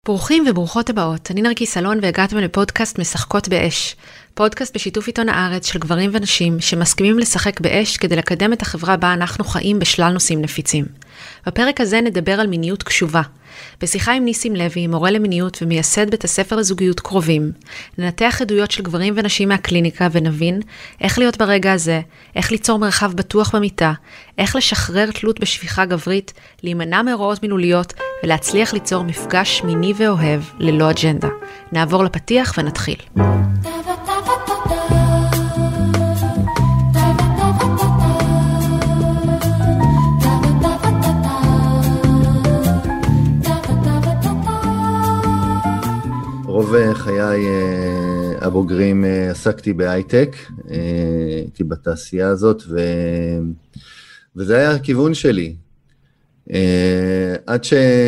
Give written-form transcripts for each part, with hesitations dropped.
ברוכים וברוכות הבאות, אני נרקיס אלון והגעתם לפודקאסט משחקות באש. פודקאסט בשיתוף עיתון הארץ של גברים ונשים שמסכימים לשחק באש כדי לקדם את החברה בה אנחנו חיים בשלל נושאים נפיצים. בפרק הזה נדבר על מיניות קשובה. בשיחה עם ניסים לוי, מורה למיניות ומייסד בית הספר לזוגיות קרובים, ננתח עדויות של גברים ונשים מהקליניקה ונבין איך להיות ברגע הזה, איך ליצור מרחב בטוח במיטה, איך לשחרר תלות בשפיכה גברית, להימנע מהוראות מילוליות ולהצליח ליצור מפגש מיני ואוהב ללא אג'נדה. נעבור לפתיח ונתחיל. רוב חיי הבוגרים עסקתי בהייטק, הייתי בתעשייה הזאת, וזה היה הכיוון שלי. עד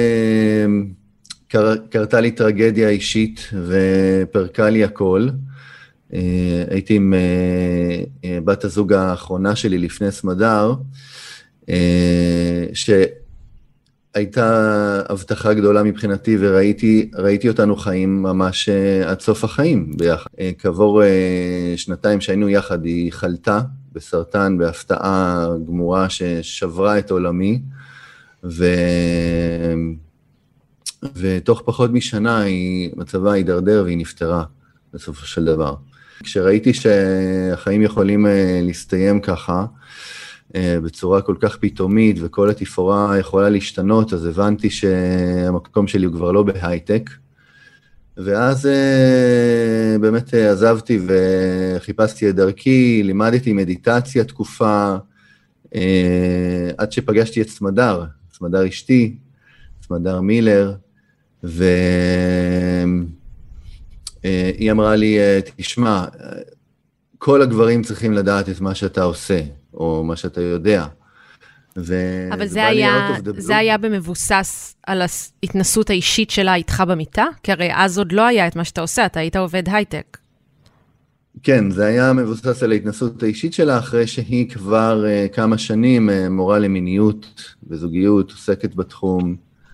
שקרתה לי טרגדיה אישית ופרקה לי הכל, הייתי עם בת הזוג האחרונה שלי לפני סמדר, הייתה הבטחה גדולה מבחינתי, וראיתי אותנו חיים ממש עד סוף החיים ביחד. כעבור שנתיים שהיינו יחד, היא חלתה בסרטן, בהפתעה גמורה ששברה את עולמי, ותוך פחות משנה מצבה הידרדר והיא נפטרה בסופו של דבר. כשראיתי שהחיים יכולים להסתיים ככה, בצורה כל כך פתאומית, וכל התפאורה יכולה להשתנות, אז הבנתי שהמקום שלי הוא כבר לא בהייטק, ואז באמת עזבתי וחיפשתי את דרכי, לימדתי מדיטציה תקופה, עד שפגשתי את סמדר אשתי, סמדר מילר, והיא אמרה לי, תשמע, כל הגברים צריכים לדעת את מה שאתה עושה, או מה שאתה יודע. אבל זה היה במבוסס על ההתנסות האישית שלה איתך במיטה? כי הרי אז עוד לא היה את מה שאתה עושה, אתה היית עובד הייטק. כן, זה היה מבוסס על ההתנסות האישית שלה, אחרי שהיא כבר כמה שנים מורה למיניות וזוגיות, עוסקת בתחום,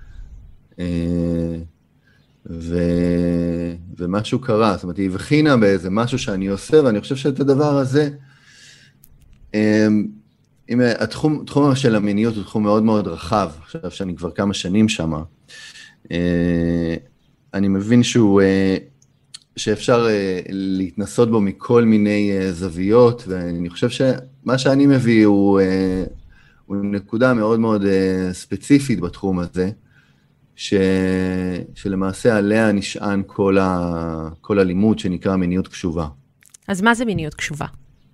ומשהו קרה, זאת אומרת, היא הבחינה באיזה משהו שאני עושה, ואני חושב שאת הדבר הזה, התחום של המיניות הוא תחום מאוד מאוד רחב, עכשיו שאני כבר כמה שנים שם, אני מבין שאפשר להתנסות בו מכל מיני זוויות, ואני חושב שמה שאני מביא הוא נקודה מאוד מאוד ספציפית בתחום הזה, שלמעשה עליה נשען כל הלימוד שנקרא מיניות קשובה. אז מה זה מיניות קשובה?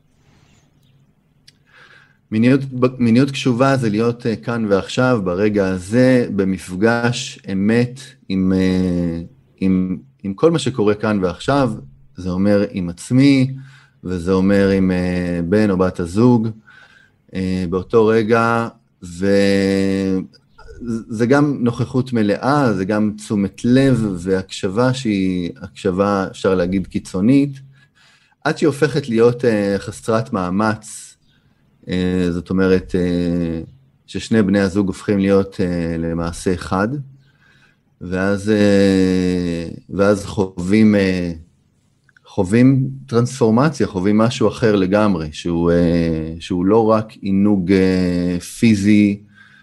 מיניות קשובה זה להיות כאן ועכשיו, ברגע הזה, במפגש אמת עם כל מה שקורה כאן ועכשיו, זה אומר עם עצמי, וזה אומר עם בן או בת הזוג, באותו רגע, זה גם נוכחות מלאה, זה גם תשומת לב והקשבה שהיא הקשבה, אפשר להגיד, קיצונית, עד שהיא הופכת להיות חסרת מאמץ, זאת אומרת ששני בני הזוג הופכים להיות למעשה אחד, ואז חווים טרנספורמציה, חווים משהו אחר לגמרי, שהוא לא רק עינוג פיזי,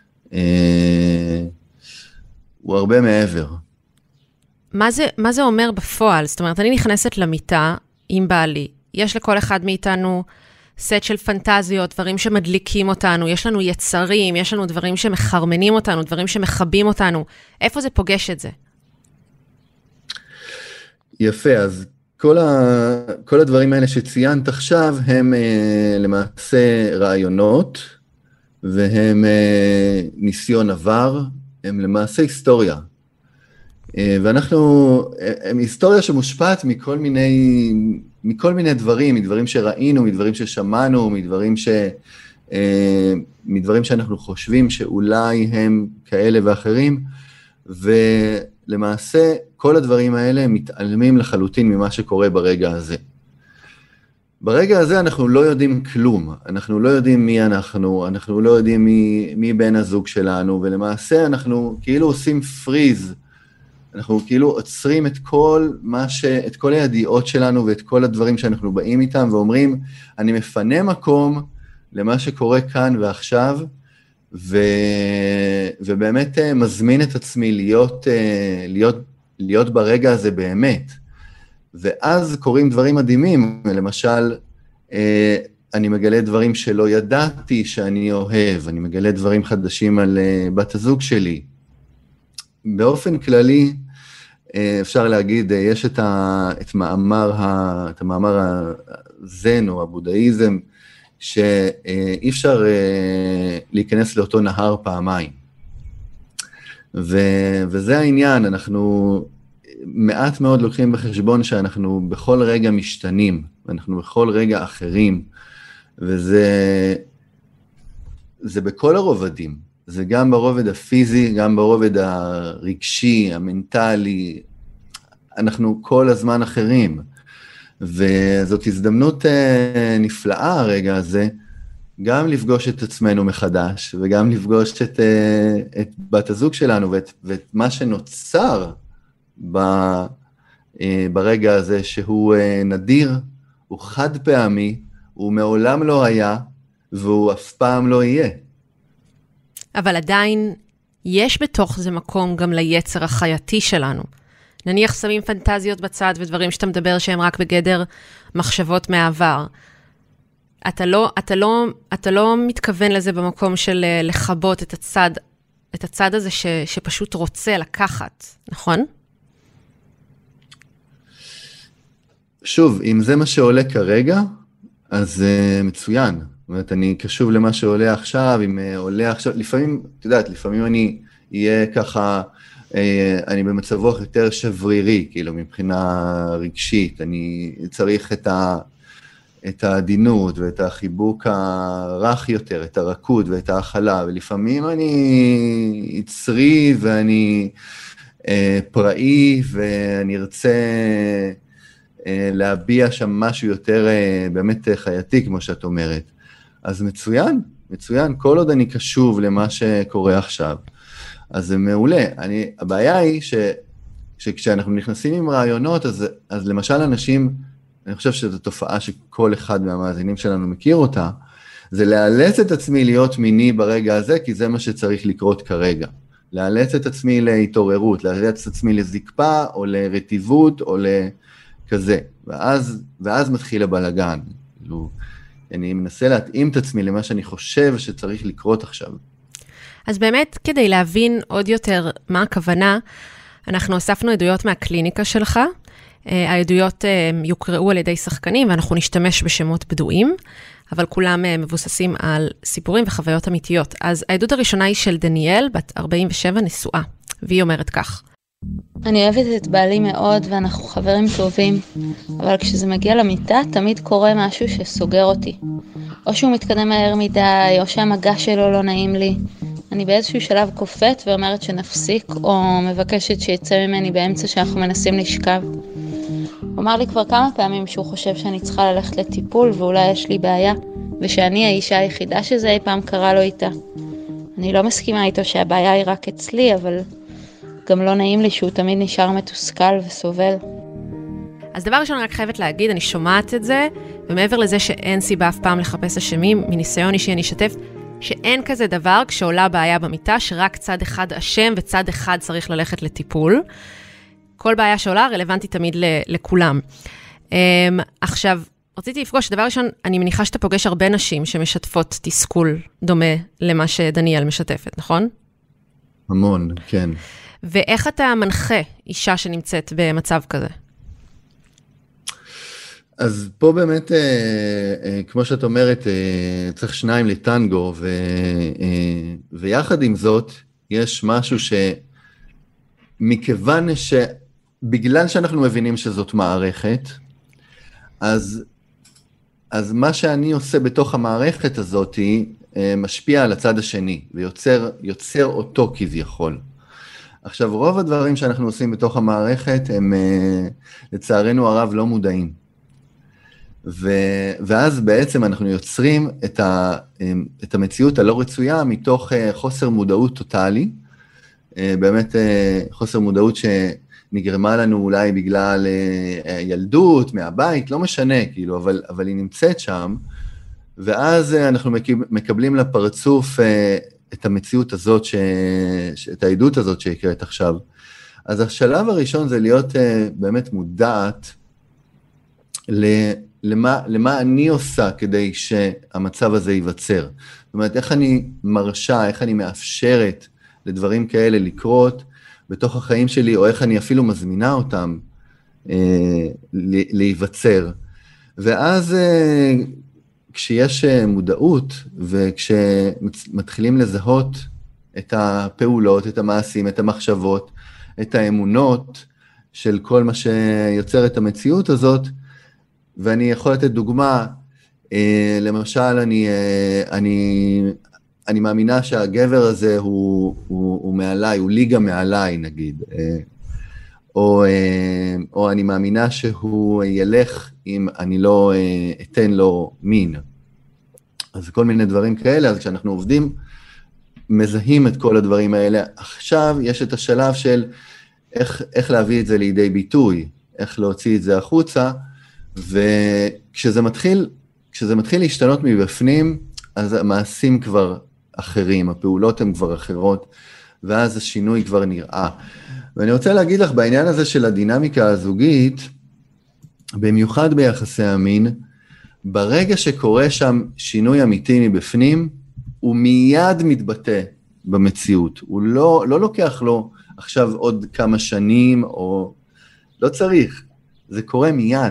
הוא הרבה מעבר. מה זה אומר בפועל? זאת אומרת, אני נכנסת למיטה עם בעלי, יש לכל אחד מאיתנו סט של פנטזיות, דברים שמדליקים אותנו, יש לנו יצרים, יש לנו דברים שמחרמנים אותנו, דברים שמחבים אותנו. איפה זה פוגש את זה? יפה, אז כל הדברים האלה שציינת עכשיו, הם למעשה רעיונות, והם ניסיון עבר, הם למעשה היסטוריה. הם היסטוריה שמושפעת מכל מיני דברים, מדברים שראינו, מדברים ששמענו, מדברים שאנחנו חושבים שאולי הם כאלה ואחרים, ולמעשה כל הדברים האלה מתעלמים לחלוטין ממה שקורה ברגע הזה. ברגע הזה אנחנו לא יודעים כלום, אנחנו לא יודעים מי אנחנו לא יודעים מי בן הזוג שלנו, ולמעשה אנחנו כאילו עושים פריז, אנחנו כאילו עוצרים את כל הידיעות שלנו ואת כל הדברים שאנחנו באים איתם, ואומרים, אני מפנה מקום למה שקורה כאן ועכשיו, ובאמת מזמין את עצמי להיות ברגע הזה באמת. ואז קורים דברים מדהימים, למשל, אני מגלה דברים שלא ידעתי שאני אוהב, אני מגלה דברים חדשים על בת הזוג שלי. באופן כללי, אפשר להגיד, יש את המאמר הזן או הבודהיזם, שאי אפשר להיכנס לאותו נהר פעמיים. וזה העניין, אנחנו מעט מאוד לוקחים בחשבון שאנחנו בכל רגע משתנים, ואנחנו בכל רגע אחרים, וזה בכל הרובדים, זה גם ברובד הפיזי, גם ברובד הרגשי, המנטלי, אנחנו כל הזמן אחרים, וזאת הזדמנות נפלאה הרגע הזה, גם לפגוש את עצמנו מחדש, וגם לפגוש את בת הזוג שלנו, ואת מה שנוצר ברגע הזה, שהוא נדיר, הוא חד פעמי, הוא מעולם לא היה, והוא אף פעם לא יהיה. אבל עדיין יש בתוך זה מקום גם ליצר החייתי שלנו. נניח שמים פנטזיות בצד ודברים שאתה מדבר שהם רק בגדר מחשבות מהעבר. אתה לא מתכוון לזה במקום של לחבות את הצד הזה שפשוט רוצה לקחת, נכון? שוב, אם זה מה שעולה כרגע, אז מצוין. זאת אומרת, אני קשוב למה שעולה עכשיו, אם עולה עכשיו, לפעמים, את יודעת, לפעמים אני אהיה ככה, אני במצב רוח יותר שברירי, כאילו, מבחינה רגשית, אני צריך את העדינות ואת החיבוק הרך יותר, את הרכות ואת האכלה, ולפעמים אני יצרי ואני פראי, ואני ארצה להביע שם משהו יותר באמת חייתי, כמו שאת אומרת. אז מצוין, מצוין, כל עוד אני קשוב למה שקורה עכשיו. אז זה מעולה. הבעיה היא שכשאנחנו נכנסים עם רעיונות, אז למשל אנשים, אני חושב שזו תופעה שכל אחד מהמאזינים שלנו מכיר אותה, זה לאלץ את עצמי להיות מיני ברגע הזה, כי זה מה שצריך לקרות כרגע. לאלץ את עצמי להתעוררות, לאלץ את עצמי לזקפה, או לרטיבות, או לכזה. ואז מתחיל הבלגן. אני מנסה להתאים את עצמי למה שאני חושב שצריך לקרות עכשיו. אז באמת, כדי להבין עוד יותר מה הכוונה, אנחנו אוספנו עדויות מהקליניקה שלך, העדויות יוקראו על ידי שחקנים, ואנחנו נשתמש בשמות בדויים, אבל כולם מבוססים על סיפורים וחוויות אמיתיות. אז העדות הראשונה היא של דניאל, בת 47, נשואה, והיא אומרת כך. אני אוהבת את בעלי מאוד, ואנחנו חברים טובים, אבל כשזה מגיע למיטה, תמיד קורה משהו שסוגר אותי. או שהוא מתקדם מהר מדי, או שהמגע שלו לא נעים לי. אני באיזשהו שלב קופאת ואומרת שנפסיק, או מבקשת שיצא ממני באמצע שאנחנו מנסים לשכב. הוא אמר לי כבר כמה פעמים שהוא חושב שאני צריכה ללכת לטיפול, ואולי יש לי בעיה, ושאני האישה היחידה שזה אי פעם קרה לו איתה. אני לא מסכימה איתו שהבעיה היא רק אצלי, אבל גם לא נעים לי שהוא תמיד נשאר מתוסכל וסובל. אז דבר ראשון, רק חייבת להגיד, אני שומעת את זה, ומעבר לזה שאין סיבה אף פעם לחפש אשמים, מניסיון אישי אני אשתף, שאין כזה דבר כשעולה בעיה במיטה, שרק צד אחד אשם וצד אחד צריך ללכת לטיפול. כל בעיה שעולה רלוונטית תמיד לכולם. עכשיו, רציתי לפגוש, דבר ראשון, אני מניחה שאתה פוגש הרבה נשים שמשתפות תסכול דומה למה שדניאל משתפת, נכון? המון, כן. ואיך אתה מנחה אישה שנמצאת במצב כזה? אז פה באמת, כמו שאת אומרת, צריך שניים לטנגו, ויחד עם זאת, יש משהו מכיוון שבגלל שאנחנו מבינים שזאת מערכת, אז מה שאני עושה בתוך המערכת הזאת, משפיע על הצד השני, ויוצר אותו כביכול. עכשיו, רוב הדברים שאנחנו עושים בתוך המערכת, הם לצערנו הרב לא מודעים. ואז בעצם אנחנו יוצרים את המציאות הלא רצויה, מתוך חוסר מודעות טוטלי, באמת חוסר מודעות נגרמה לנו אולי בגלל ילדות, מהבית, לא משנה, כאילו, אבל היא נמצאת שם, ואז אנחנו מקבלים לפרצוף את המציאות הזאת, את העדות הזאת שהקראת עכשיו. אז השלב הראשון זה להיות באמת מודעת למה אני עושה כדי שהמצב הזה ייווצר. זאת אומרת, איך אני מרשה, איך אני מאפשרת לדברים כאלה לקרות בתוך החיים שלי, או איך אני אפילו מזמינה אותם להיווצר. ואז כשיש מודעות, וכשמתחילים לזהות את הפעולות, את המעשים, את המחשבות, את האמונות של כל מה שיוצר את המציאות הזאת, ואני יכול לתת דוגמה, למשל, אני מאמינה שהגבר הזה הוא מעליי, הוא ליגה מעליי, נגיד, או אני מאמינה שהוא ילך אם אני לא אתן לו מין. אז כל מיני דברים כאלה, אז כשאנחנו עובדים, מזהים את כל הדברים האלה. עכשיו יש את השלב של איך להביא את זה לידי ביטוי, איך להוציא את זה החוצה, וכשזה מתחיל להשתנות מבפנים, אז המעשים כבר אחרים, הפעולות הן כבר אחרות, ואז השינוי כבר נראה. ואני רוצה להגיד לך, בעניין הזה של הדינמיקה הזוגית, במיוחד ביחסי המין, ברגע שקורה שם שינוי אמיתי מבפנים, הוא מיד מתבטא במציאות. הוא לא לוקח לו עכשיו עוד כמה שנים, או לא צריך. זה קורה מיד.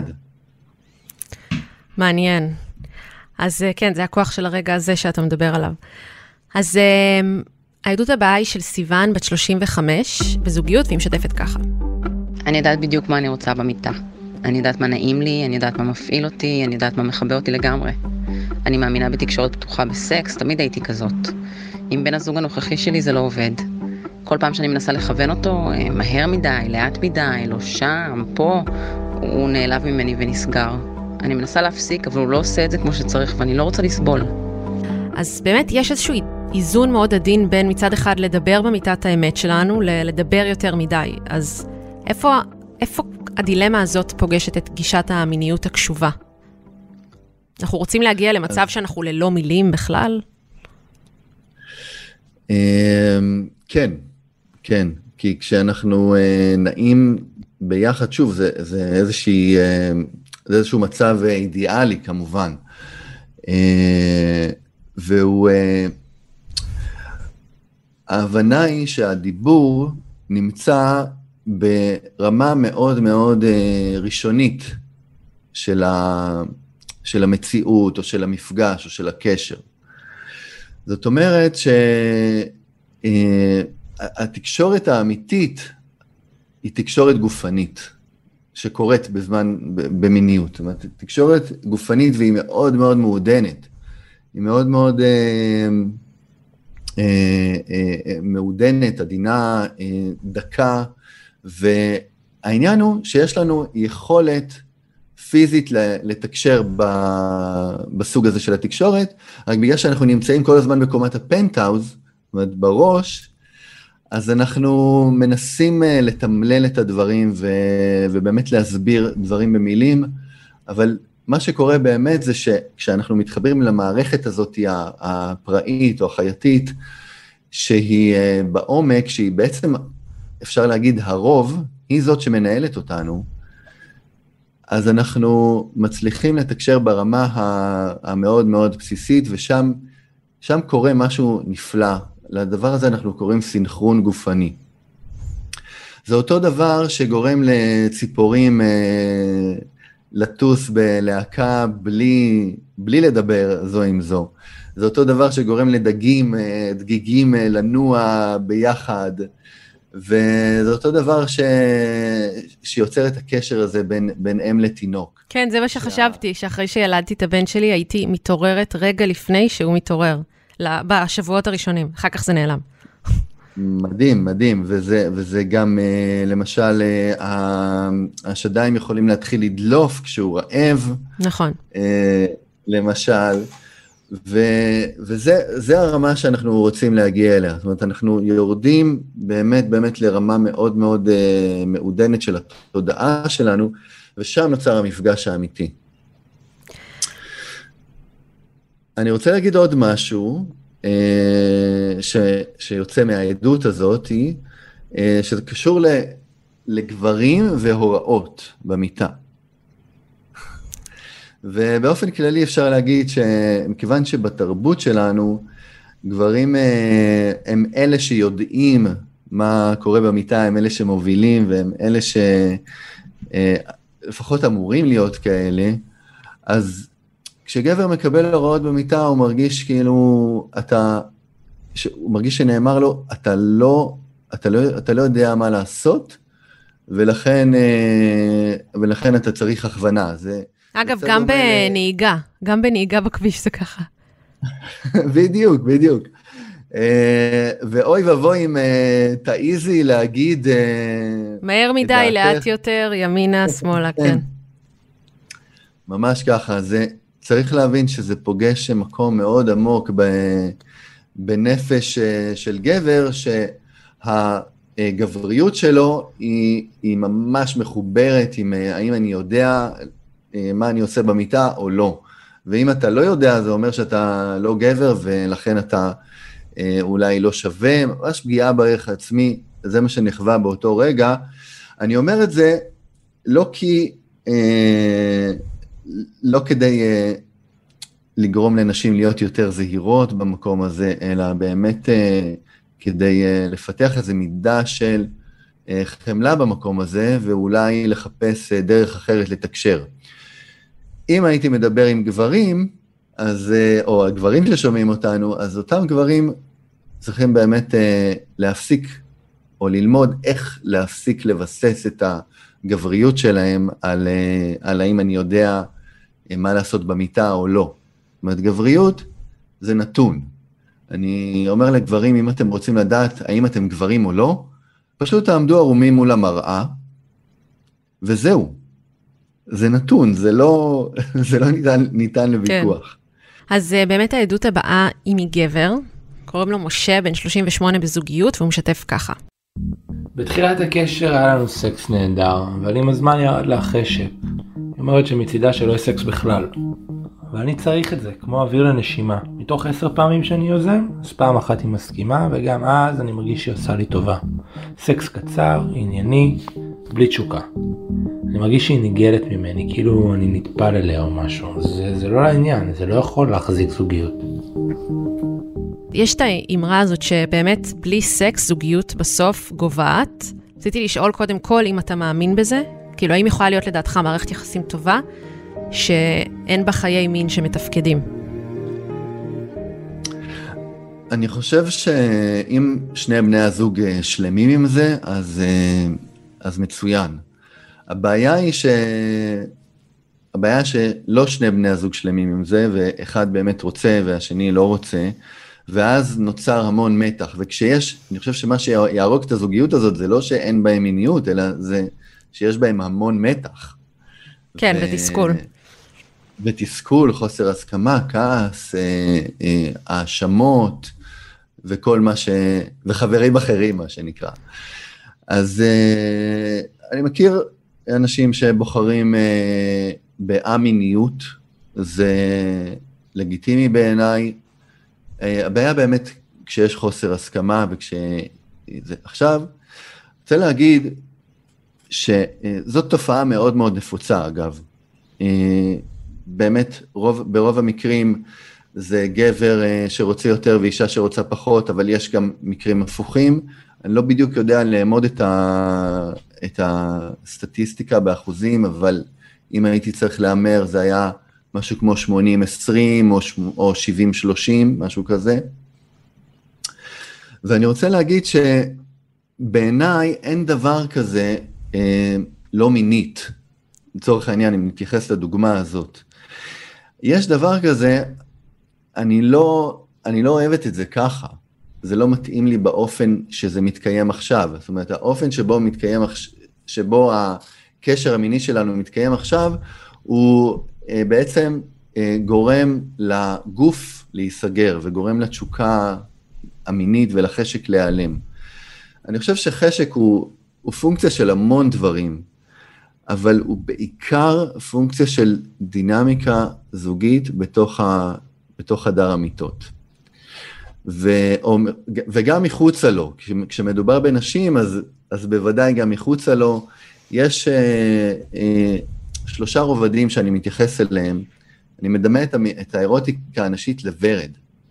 מעניין. אז כן, זה הכוח של הרגע הזה שאתה מדבר עליו. אז העדות הבאה היא של סיוון, בת 35, בזוגיות, והיא משתפת ככה. אני יודעת בדיוק מה אני רוצה במיטה. אני יודעת מה נעים לי, אני יודעת מה מפעיל אותי, אני יודעת מה מחבא אותי לגמרי. אני מאמינה בתקשורת פתוחה בסקס, תמיד הייתי כזאת. עם בן הזוג הנוכחי שלי זה לא עובד. כל פעם שאני מנסה לכוון אותו, מהר מדי, לאט מדי, לא שם, פה, הוא נעלב ממני ונסגר. אני מנסה להפסיק, אבל הוא לא עושה את זה כמו שצריך, ואני לא רוצה לסבול. אז באמת יש איזשהו איזון מאוד עדין בין מצד אחד לדבר במיטת האמת שלנו, לדבר יותר מדי. אז איפה הדילמה הזאת פוגשת את גישת המיניות הקשובה? אנחנו רוצים להגיע למצב שאנחנו ללא מילים בכלל? כן, כן. כי כשאנחנו נעים ביחד, שוב, זה איזשהו מצב אידיאלי כמובן. ההבנה היא שהדיבור נמצא ברמה מאוד מאוד ראשונית של המציאות, או של המפגש, או של הקשר. זאת אומרת שהתקשורת האמיתית היא תקשורת גופנית, שקורית במיניות. זאת אומרת, תקשורת גופנית והיא מאוד מאוד מעודנת. היא מאוד מאוד מעודנת, עדינה, דקה, והעניין הוא שיש לנו יכולת פיזית לתקשר בסוג הזה של התקשורת, רק בגלל שאנחנו נמצאים כל הזמן בקומת הפנטהאוז, זאת אומרת בראש, אז אנחנו מנסים לתמלל את הדברים ובאמת להסביר דברים במילים, אבל מה שקורה באמת זה שכשאנחנו מתחברים למערכת הזאת הפראית או החייתית, שהיא בעומק, שהיא בעצם אפשר להגיד הרוב, היא זאת שמנהלת אותנו, אז אנחנו מצליחים לתקשר ברמה המאוד מאוד בסיסית, ושם קורה משהו נפלא. לדבר הזה אנחנו קוראים סינכרון גופני. זה אותו דבר שגורם לציפורים לטוס בלהקה בלי לדבר זו עם זו. זה אותו דבר שגורם דגיגים לנוע ביחד, וזה אותו דבר שיוצר את הקשר הזה בין אם לתינוק. כן, זה מה שחשבתי, שאחרי שילדתי את הבן שלי, הייתי מתעוררת רגע לפני שהוא מתעורר, בשבועות הראשונים, אחר כך זה נעלם. מדהים, מדהים, וזה גם, למשל, השדיים יכולים להתחיל לדלוף כשהוא רעב. נכון. למשל, וזה הרמה שאנחנו רוצים להגיע אליה, זאת אומרת, אנחנו יורדים באמת לרמה מאוד מאוד מעודנת של התודעה שלנו, ושם נוצר המפגש האמיתי. אני רוצה להגיד עוד משהו, שיוצא מהעדות הזאת, שזה קשור לגברים והוראות במיטה. ובאופן כללי אפשר להגיד שמכיוון שבתרבות שלנו, גברים הם אלה שיודעים מה קורה במיטה, הם אלה שמובילים, והם אלה שלפחות אמורים להיות כאלה, אז כשגבר מקבל הוראות במיטה, הוא מרגיש כאילו, הוא מרגיש שנאמר לו, אתה לא יודע מה לעשות, ולכן אתה צריך הכוונה. אגב, גם בנהיגה בכביש זה ככה. בדיוק. ואוי ובוי אם תעיזי להגיד... מהר מדי, לאט יותר, ימינה, שמאלה, כן. ממש ככה, צריך להבין שזה פוגש מקום מאוד עמוק בנפש של גבר, שהגבריות שלו היא ממש מחוברת עם האם אני יודע מה אני עושה במיטה או לא. ואם אתה לא יודע, זה אומר שאתה לא גבר, ולכן אתה אולי לא שווה, ממש פגיעה בערך עצמי, זה מה שנחווה באותו רגע. אני אומר את זה לא כדי לגרום לנשים להיות יותר זהירות במקום הזה, אלא באמת כדי לפתח איזו מידה של חמלה במקום הזה, ואולי לחפש דרך אחרת לתקשר. אם הייתי מדבר עם גברים, או הגברים ששומעים אותנו, אז אותם גברים צריכים באמת להפסיק, או ללמוד איך להפסיק לבסס את הגבריות שלהם, על האם אני יודע מה לעשות במיטה או לא. זאת אומרת, גבריות זה נתון. אני אומר לגברים, אם אתם רוצים לדעת האם אתם גברים או לא, פשוט תעמדו ערומים מול המראה, וזהו. זה נתון, זה לא ניתן לוויכוח. כן. אז באמת העדות הבאה היא מגבר, קוראים לו משה, בן 38 בזוגיות, והוא משתף ככה. בתחילת הקשר היה לנו סקס נהדר, אבל עם הזמן ירד לה חשק. היא אומרת שמצידה שלא יש סקס בכלל. אבל אני צריך את זה, כמו אוויר לנשימה. מתוך 10 פעמים שאני יוזם, אז פעם אחת היא מסכימה, וגם אז אני מרגיש שהיא עושה לי טובה. סקס קצר, ענייני, בלי תשוקה. אני מרגיש שהיא ניגלת ממני, כאילו אני נטפל אליה או משהו. זה לא לעניין, זה לא יכול להחזיק זוגיות. יש את האמרה הזאת שבאמת בלי סקס זוגיות בסוף גובעת. רציתי לשאול קודם כל אם אתה מאמין בזה, כאילו האם יכולה להיות לדעתך מערכת יחסים טובה, שאין בה חיי מין שמתפקדים? אני חושב שאם שני בני הזוג שלמים עם זה, אז מצוין. הבעיה היא שלא שני בני הזוג שלמים עם זה, ואחד באמת רוצה והשני לא רוצה, ואז נוצר המון מתח. וכשיש, אני חושב שמה שיהרוג את הזוגיות הזאת, זה לא שאין בהם מיניות, אלא זה שיש בהם המון מתח. כן, ותסכול. ותסכול, חוסר הסכמה, כעס, האשמות, וכל מה וחברים אחרים, מה שנקרא. אז אני מכיר אנשים שבוחרים באמיניות, זה לגיטימי בעיניי. הבעיה באמת כשיש חוסר הסכמה, עכשיו, רוצה להגיד שזאת תופעה מאוד מאוד נפוצה, אגב. באמת, ברוב המקרים זה גבר שרוצה יותר ואישה שרוצה פחות, אבל יש גם מקרים הפוכים. אני לא בדיוק יודע לאמוד את הסטטיסטיקה באחוזים, אבל אם הייתי צריך לאמר, זה היה משהו כמו 80-20 או 70-30, משהו כזה. ואני רוצה להגיד שבעיניי אין דבר כזה לא מינית. לצורך העניין, אם נתייחס לדוגמה הזאת. יש דבר כזה, אני לא אוהבת את זה ככה. זה לא מתאים לי באופן שזה מתקיים עכשיו. זאת אומרת, האופן שבו הקשר המיני שלנו מתקיים עכשיו, הוא בעצם גורם לגוף להיסגר, וגורם לתשוקה המינית ולחשק להיעלם. אני חושב שחשק הוא פונקציה של המון דברים, אבל הוא בעיקר פונקציה של דינמיקה זוגית בתוך חדר המיטות. וגם מחוצה לו, כשמדובר בנשים, אז בוודאי גם מחוצה לו, יש 3 רובדים שאני מתייחס אליהם. אני מדמה את האירוטיקה הנשית לוורד,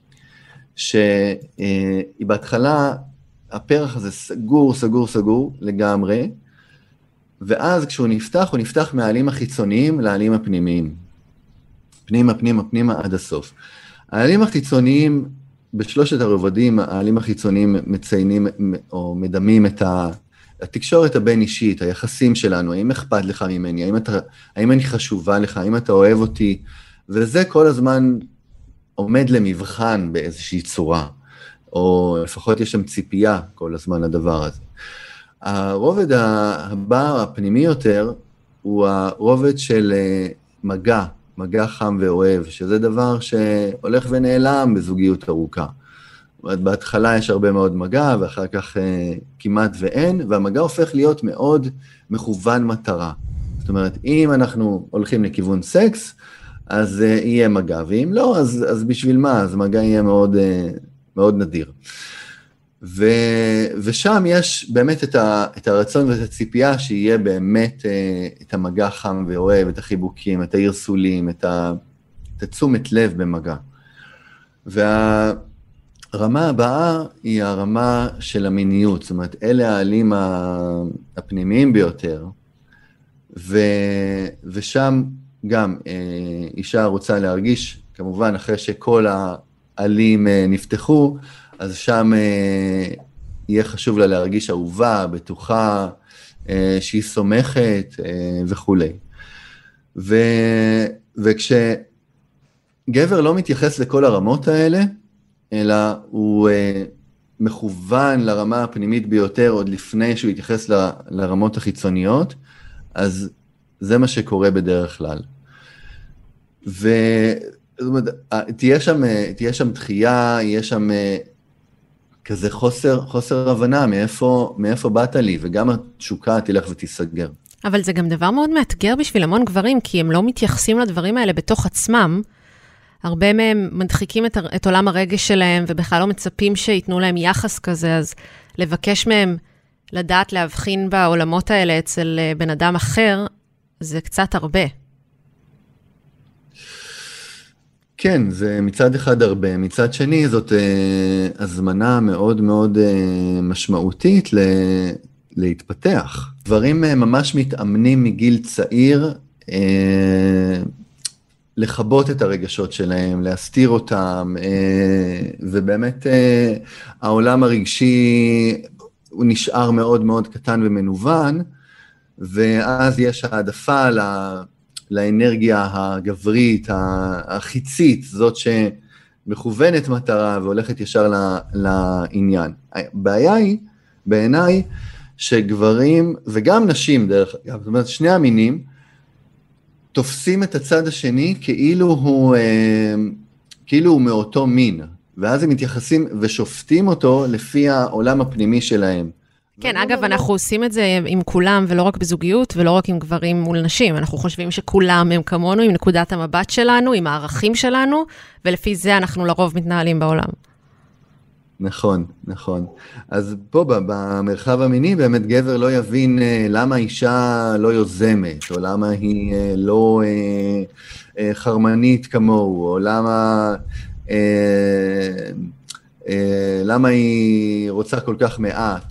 שהיא בהתחלה, הפרח הזה סגור לגמרי, ואז כשהוא נפתח, הוא נפתח מהעלים החיצוניים לעלים הפנימיים. פנימה עד הסוף. העלים החיצוניים, בשלושת הרובדים, העלים החיצוניים מציינים או מדמים את התקשורת הבין אישית, היחסים שלנו, האם אכפת לך ממני, האם אני חשובה לך, האם אתה אוהב אותי, וזה כל הזמן עומד למבחן באיזושהי צורה, או לפחות יש שם ציפייה כל הזמן לדבר הזה. הרובד הבא, הפנימי יותר, הוא הרובד של מגע חם ואוהב, שזה דבר שהולך ונעלם בזוגיות ארוכה. בהתחלה יש הרבה מאוד מגע, ואחר כך כמעט ואין, והמגע הופך להיות מאוד מכוון מטרה. זאת אומרת, אם אנחנו הולכים לכיוון סקס, אז יהיה מגע, ואם לא, אז בשביל מה? אז מגע יהיה מאוד, מאוד נדיר. ושם יש באמת את הרצון ואת הציפייה שיהיה באמת את המגע חם ואוהב, את החיבוקים, את ההרסולים, את תשומת לב במגע. והרמה הבאה היא הרמה של המיניות, זאת אומרת, אלה העלים הפנימיים ביותר, ושם גם אישה רוצה להרגיש, כמובן אחרי שכל העלים נפתחו, אז שם יהיה חשוב לה להרגיש אהובה, בטוחה, שהיא סומכת וכו'. וכשגבר לא מתייחס לכל הרמות האלה, אלא הוא מכוון לרמה הפנימית ביותר, עוד לפני שהוא יתייחס לרמות החיצוניות, אז זה מה שקורה בדרך כלל. זאת אומרת, תהיה שם דחייה, יהיה שם כזה חוסר הבנה, מאיפה באת לי, וגם התשוקה תלך ותיסגר. אבל זה גם דבר מאוד מאתגר בשביל המון גברים, כי הם לא מתייחסים לדברים האלה בתוך עצמם. הרבה מהם מדחיקים את עולם הרגש שלהם, ובכלל לא מצפים שיתנו להם יחס כזה, אז לבקש מהם לדעת להבחין בעולמות האלה אצל בן אדם אחר, זה קצת הרבה. כן, זה מצד אחד הרבה, מצד שני זאת הזמנה מאוד מאוד משמעותית להתפתח. דברים ממש מתאמנים מגיל צעיר, לחבות את הרגשות שלהם, להסתיר אותם, ובאמת העולם הרגשי הוא נשאר מאוד מאוד קטן ומנוון, ואז יש העדפה לאנרגיה הגברית, החיצית, זאת שמכוונת מטרה והולכת ישר לעניין. הבעיה היא, בעיניי, שגברים, וגם נשים דרך אגב, זאת אומרת, שני המינים, תופסים את הצד השני כאילו הוא מאותו מין, ואז הם מתייחסים ושופטים אותו לפי העולם הפנימי שלהם. כן, אגב, אנחנו עושים את זה עם כולם, ולא רק בזוגיות, ולא רק עם גברים מול נשים. אנחנו חושבים שכולם הם כמונו, עם נקודת המבט שלנו, עם הערכים שלנו, ולפי זה אנחנו לרוב מתנהלים בעולם. נכון, נכון. אז פה במרחב המיני, באמת גבר לא יבין למה אישה לא יוזמת, או למה היא לא חרמנית כמוהו, או למה היא רוצה כל כך מעט.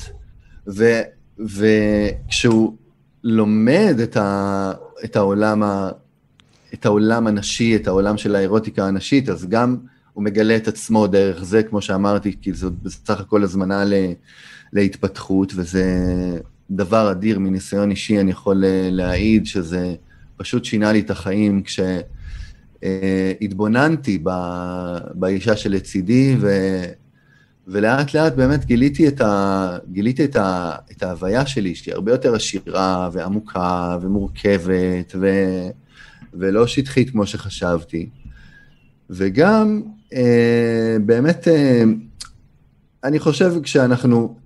וכשהוא לומד את העולם הנשי, את העולם של האירוטיקה הנשית, אז גם הוא מגלה את עצמו דרך זה, כמו שאמרתי, כי זאת בסך הכל הזמנה להתפתחות, וזה דבר אדיר מניסיון אישי, אני יכול להעיד שזה פשוט שינה לי את החיים, כשהתבוננתי באישה שלצידי, ולאט לאט באמת גיליתי את ההוויה שלי, שהיא הרבה יותר עשירה ועמוקה ומורכבת ולא שטחית כמו שחשבתי. וגם באמת, אני חושב כשאנחנו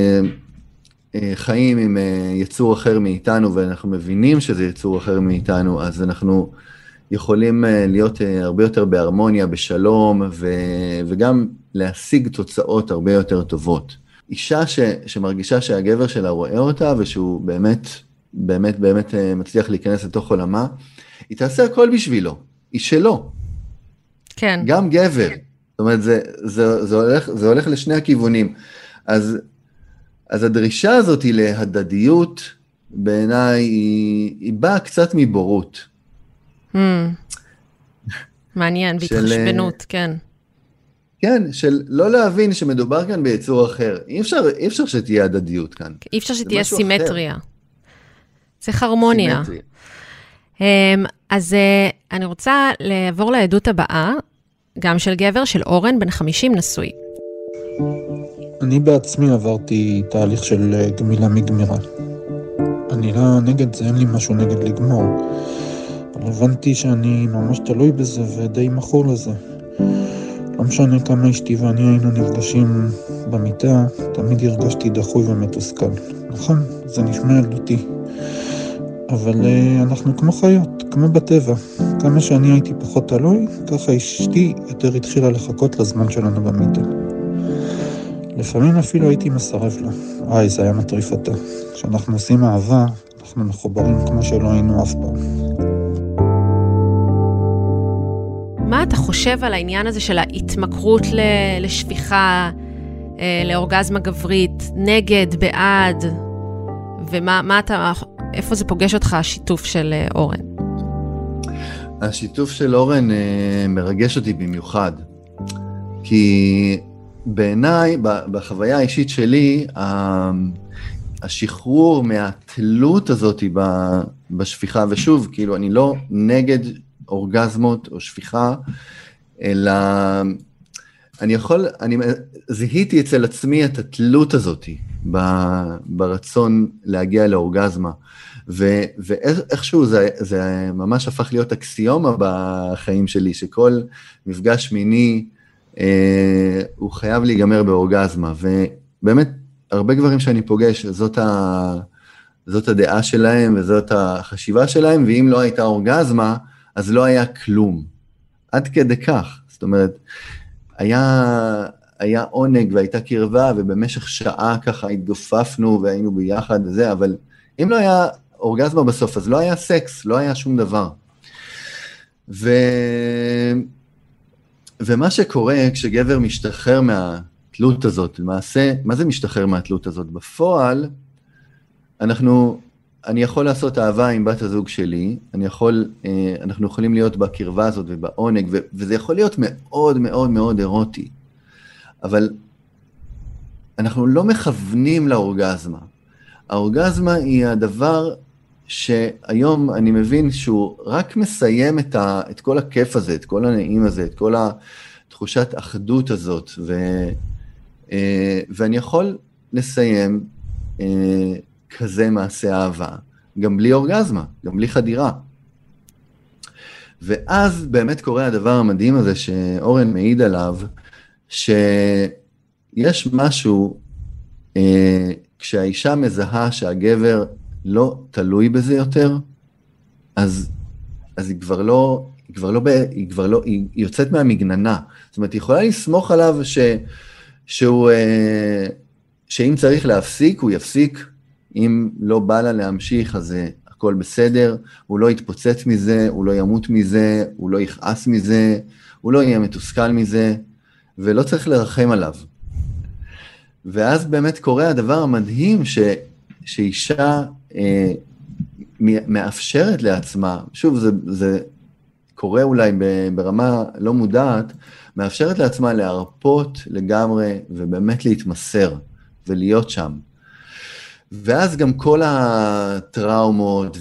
חיים עם יצור אחר מאיתנו, ואנחנו מבינים שזה יצור אחר מאיתנו, אז אנחנו יכולים להיות הרבה יותר בהרמוניה, בשלום, וגם להשיג תוצאות הרבה יותר טובות. אישה שמרגישה שהגבר שלה רואה אותה, ושהוא באמת מצליח להיכנס לתוך עולמה, היא תעשה הכל בשבילו, היא שלו. כן. גם גבר. זאת אומרת, זה הולך לשני הכיוונים. אז הדרישה הזאת היא להדדיות, בעיניי היא באה קצת מבורות. מעניין, בהתחשבנות, כן. כן, של לא להבין שמדובר כאן ביצור אחר. אי אפשר שתהיה הדדיות כאן. אי אפשר שתהיה סימטריה. צריך הרמוניה. אז אני רוצה לעבור לעדות הבאה, גם של גבר, של אורן, בן 50 נשוי. אני בעצמי עברתי תהליך של גמילה מגמירה. אני לא נגד זה, אין לי משהו נגד לגמור. אבל הבנתי שאני ממש תלוי בזה ודי מכור לזה. לא משנה כמה אשתי ואני היינו נפגשים במיטה, תמיד הרגשתי דחוי ומתוסכל. נכון, זה נשמע ילדותי. אבל אנחנו כמו חיות, כמו בטבע. כמה שאני הייתי פחות תלוי, ככה אשתי יותר התחילה לחכות לזמן שלנו במיטה. לפעמים אפילו הייתי מסרב לה. זה היה מטריף אותה. כשאנחנו עושים אהבה, אנחנו מחוברים כמו שלא היינו אף פעם. מה אתה חושב על העניין הזה של ההתמכרות לשפיכה, לאורגזמה גברית, נגד, בעד, ומה אתה, איפה זה פוגש אותך השיתוף של אורן? השיתוף של אורן מרגש אותי במיוחד, כי בעיניי, בחוויה האישית שלי, השחרור מהתלות הזאת בשפיכה, ושוב, כאילו אני לא נגד אורגזמות או שפיכה, אלא אני זיהיתי אצל עצמי את התלות הזאת ברצון להגיע לאורגזמה, ואיכשהו זה ממש הפך להיות אקסיומה בחיים שלי, שכל מפגש מיני הוא חייב להיגמר באורגזמה, ובאמת הרבה גברים שאני פוגש, זאת הדעה שלהם וזאת החשיבה שלהם, ואם לא הייתה אורגזמה, אז לא היה כלום. עד כדי כך. זאת אומרת, היה עונג והייתה קרבה, ובמשך שעה ככה התגופפנו והיינו ביחד וזה, אבל אם לא היה אורגזמה בסוף, אז לא היה סקס, לא היה שום דבר. ומה שקורה כשגבר משתחרר מהתלות הזאת, למעשה, מה זה משתחרר מהתלות הזאת? בפועל, אני יכול לעשות אהבה עם בת הזוג שלי, אנחנו יכולים להיות בקרבה הזאת ובעונג, וזה יכול להיות מאוד מאוד מאוד אירוטי, אבל אנחנו לא מכוונים לאורגזמה. האורגזמה היא הדבר שהיום אני מבין שהוא רק מסיים את כל הכיף הזה, את כל הנעים הזה, את כל התחושת אחדות הזאת, ואני יכול לסיים כזה מעשה אהבה, גם בלי אורגזמה, גם בלי חדירה. ואז באמת קורה הדבר המדהים הזה שאורן מעיד עליו, שיש משהו, כשהאישה מזהה שהגבר לא תלוי בזה יותר, אז היא היא יוצאת מהמגננה. זאת אומרת, היא יכולה לסמוך עליו שאם צריך להפסיק, הוא יפסיק, אם לא בא לה להמשיך, אז הכל בסדר, הוא לא יתפוצץ מזה, הוא לא ימות מזה, הוא לא יכעס מזה, הוא לא יהיה מתוסכל מזה, ולא צריך לרחם עליו. ואז באמת קורה הדבר המדהים שאישה מאפשרת לעצמה, שוב זה קורה אולי ברמה לא מודעת, מאפשרת לעצמה להרפות לגמרי ובאמת להתמסר ולהיות שם. ואז גם כל הטראומות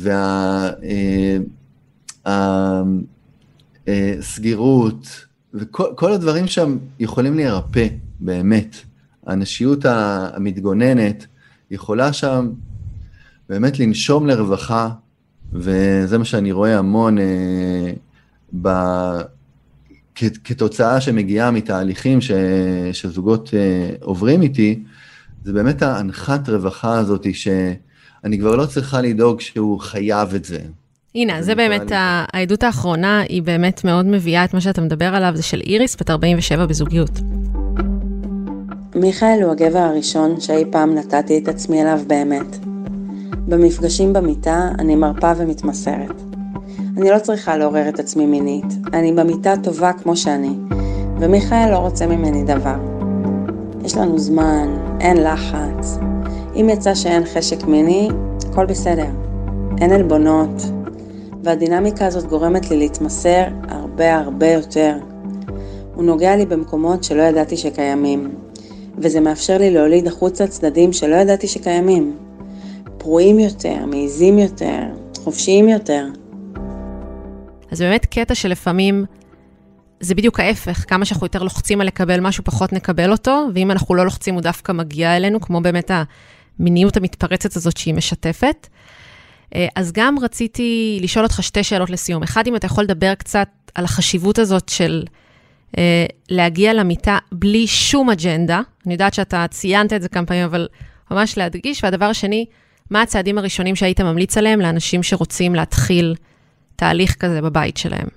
והסגירות וכל הדברים שם יכולים להירפא באמת. האנשיות המתגוננת יכולה שם באמת לנשום לרווחה, וזה מה שאני רואה המון כתוצאה שמגיעה מתהליכים שזוגות עוברים איתי, זה באמת ההנחת רווחה הזאת שאני כבר לא צריכה לדאוג שהוא חייב את זה. הנה, זה באמת, העדות האחרונה היא באמת מאוד מביאה את מה שאתה מדבר עליו, זה של איריס, בת 47 בזוגיות. מיכאל הוא הגבר הראשון שאי פעם נתתי את עצמי אליו באמת. במפגשים במיטה אני מרפה ומתמסרת. אני לא צריכה לעורר את עצמי מינית, אני במיטה טובה כמו שאני, ומיכאל לא רוצה ממני דבר. יש לנו זמן, אין לחץ. אם יצא שאין חשק מיני, הכל בסדר. אין אלבונות, והדינמיקה הזאת גורמת לי להתמסר הרבה יותר. הוא נוגע לי במקומות שלא ידעתי שקיימים, וזה מאפשר לי להוליד החוצה צדדים שלא ידעתי שקיימים. פרועים יותר, מעיזים יותר, חופשיים יותר. אז באמת קטע שלפעמים זה בדיוק ההפך, כמה שאנחנו יותר לוחצים על לקבל משהו, פחות נקבל אותו, ואם אנחנו לא לוחצים הוא דווקא מגיע אלינו, כמו באמת המיניות המתפרצת הזאת שהיא משתפת. אז גם רציתי לשאול אותך שתי שאלות לסיום. אחד, אם אתה יכול לדבר קצת על החשיבות הזאת של להגיע למיטה בלי שום אג'נדה, אני יודעת שאתה ציינת את זה כמה פעמים, אבל ממש להדגיש, והדבר השני, מה הצעדים הראשונים שהיית ממליץ עליהם לאנשים שרוצים להתחיל תהליך כזה בבית שלהם?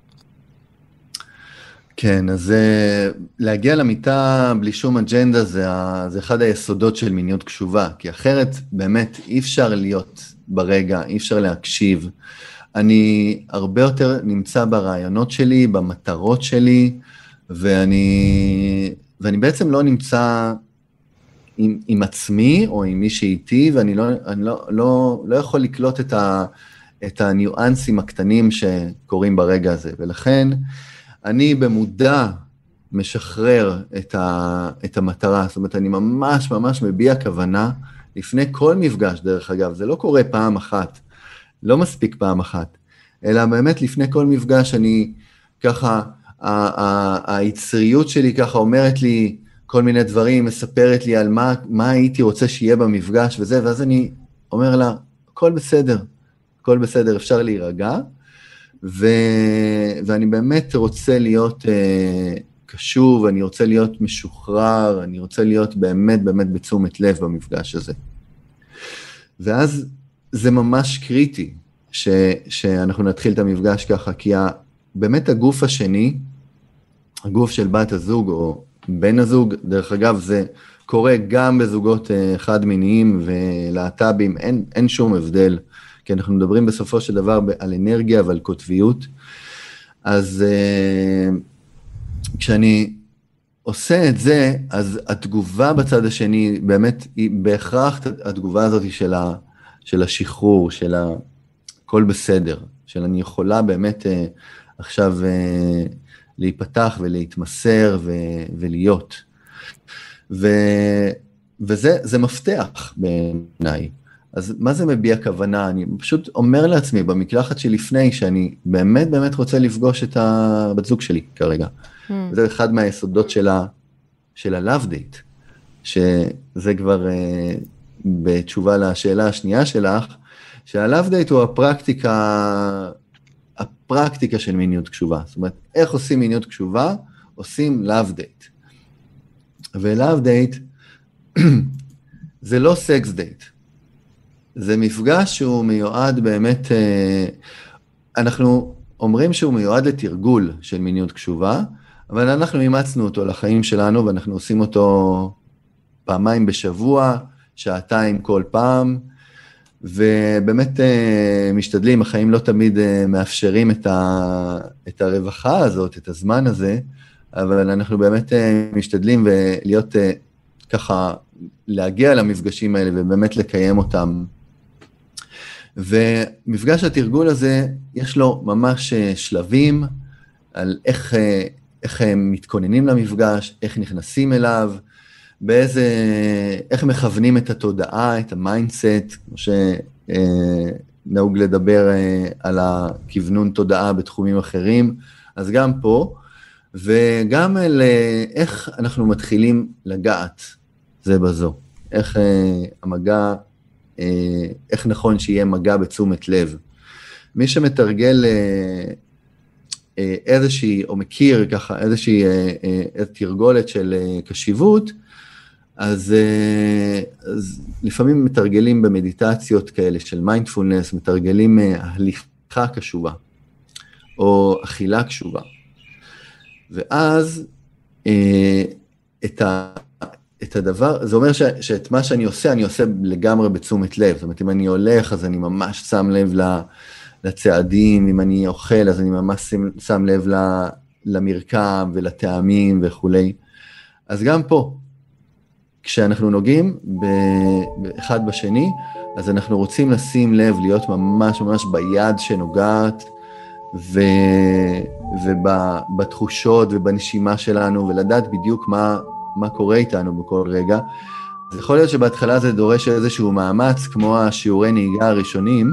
כן, אז להגיע למיטה בלי שום אג'נדה זה אחד היסודות של מיניות קשובה, כי אחרת באמת אי אפשר להיות ברגע, אי אפשר להקשיב. אני הרבה יותר נמצא ברעיונות שלי, במטרות שלי, ואני בעצם לא נמצא עם עצמי או עם מי שאיתי, ואני לא יכול לקלוט את הניואנסים הקטנים שקורים ברגע הזה, ולכן אני במודע משחרר את המטרה, זאת אומרת, אני ממש מביע כוונה, לפני כל מפגש, דרך אגב, זה לא קורה פעם אחת, לא מספיק פעם אחת, אלא באמת לפני כל מפגש, אני ככה, היצריות שלי ככה אומרת לי כל מיני דברים, מספרת לי על מה הייתי רוצה שיהיה במפגש וזה, ואז אני אומר לה, הכל בסדר, אפשר להירגע, ואני באמת רוצה להיות קשוב, אני רוצה להיות משוחרר, אני רוצה להיות באמת בתשומת לב במפגש הזה. ואז זה ממש קריטי שאנחנו נתחיל את המפגש ככה, כי באמת הגוף השני, הגוף של בת הזוג או בן הזוג, דרך אגב זה קורה גם בזוגות חד מיניים ולהט"בים, אין שום הבדל, כי אנחנו מדברים בסופו של דבר על אנרגיה ועל קוטביות, אז כשאני עושה את זה, אז התגובה בצד השני, באמת היא בהכרח התגובה הזאת של השחרור, של הכל בסדר, של אני יכולה באמת עכשיו להיפתח ולהתמסר ולהיות. וזה מפתח בעיניי. אז מה זה מביע כוונה? אני פשוט אומר לעצמי במקלחת שלפני, שאני באמת רוצה לפגוש את הבת זוג שלי כרגע. וזה אחד מהיסודות של ה-love date, שזה כבר בתשובה לשאלה השנייה שלך, שה-love date הוא הפרקטיקה של מיניות קשובה. זאת אומרת, איך עושים מיניות קשובה? עושים love date. ו-love date זה לא sex date. זה מפגש שהוא מיועד באמת, אנחנו אומרים שהוא מיועד לתרגול של מיניות קשובה, אבל אנחנו אימצנו אותו לחיים שלנו, ואנחנו עושים אותו פעמיים בשבוע, שעתיים כל פעם, ובאמת משתדלים, החיים לא תמיד מאפשרים את הרווחה הזאת, את הזמן הזה, אבל אנחנו באמת משתדלים ולהיות ככה, להגיע למפגשים האלה ובאמת לקיים אותם. ומפגש התרגול הזה, יש לו ממש שלבים על איך הם מתכוננים למפגש, איך נכנסים אליו, איך מכוונים את התודעה, את המיינדסט, כמו שנהוג לדבר על הכוונון תודעה בתחומים אחרים, אז גם פה, וגם על איך אנחנו מתחילים לגעת זה בזו, איך המגע, איך נכון שיהיה מגע בתשומת לב. מי שמתרגל איזושהי, או מכיר ככה איזושהי תרגולת של קשיבות, אז לפעמים מתרגלים במדיטציות כאלה של מיינדפולנס, מתרגלים הליכה קשובה, או אכילה קשובה. ואז את הדבר, זה אומר שאת מה שאני עושה, אני עושה לגמרי בתשומת לב. זאת אומרת, אם אני הולך, אז אני ממש שם לב לצעדים, אם אני אוכל, אז אני ממש שם לב למרקם ולטעמים וכולי. אז גם פה, כשאנחנו נוגעים באחד בשני, אז אנחנו רוצים לשים לב, להיות ממש ממש ביד שנוגעת, ובתחושות ובנשימה שלנו, ולדעת בדיוק מה קורה איתנו בכל רגע. אז יכול להיות שבהתחלה זה דורש איזשהו מאמץ, כמו השיעורי נהיגה הראשונים,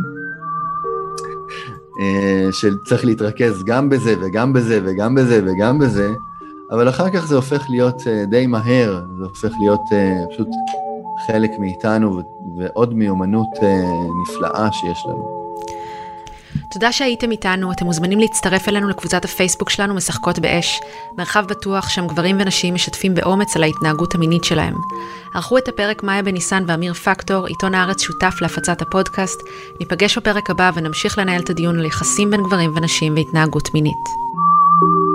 שצריך להתרכז גם בזה וגם בזה וגם בזה וגם בזה, אבל אחר כך זה הופך להיות די מהר, זה הופך להיות פשוט חלק מאיתנו, ועוד מיומנות נפלאה שיש לנו. תודה שהייתם איתנו, אתם מוזמנים להצטרף אלינו לקבוצת הפייסבוק שלנו משחקות באש, מרחב בטוח שם גברים ונשים משתפים באומץ על ההתנהגות המינית שלהם. ערכו את הפרק מאיה בניסן ואמיר פקטור, עיתון הארץ שותף להפצת הפודקאסט, ניפגש בפרק הבא ונמשיך לנהל את הדיון על יחסים בין גברים ונשים והתנהגות מינית.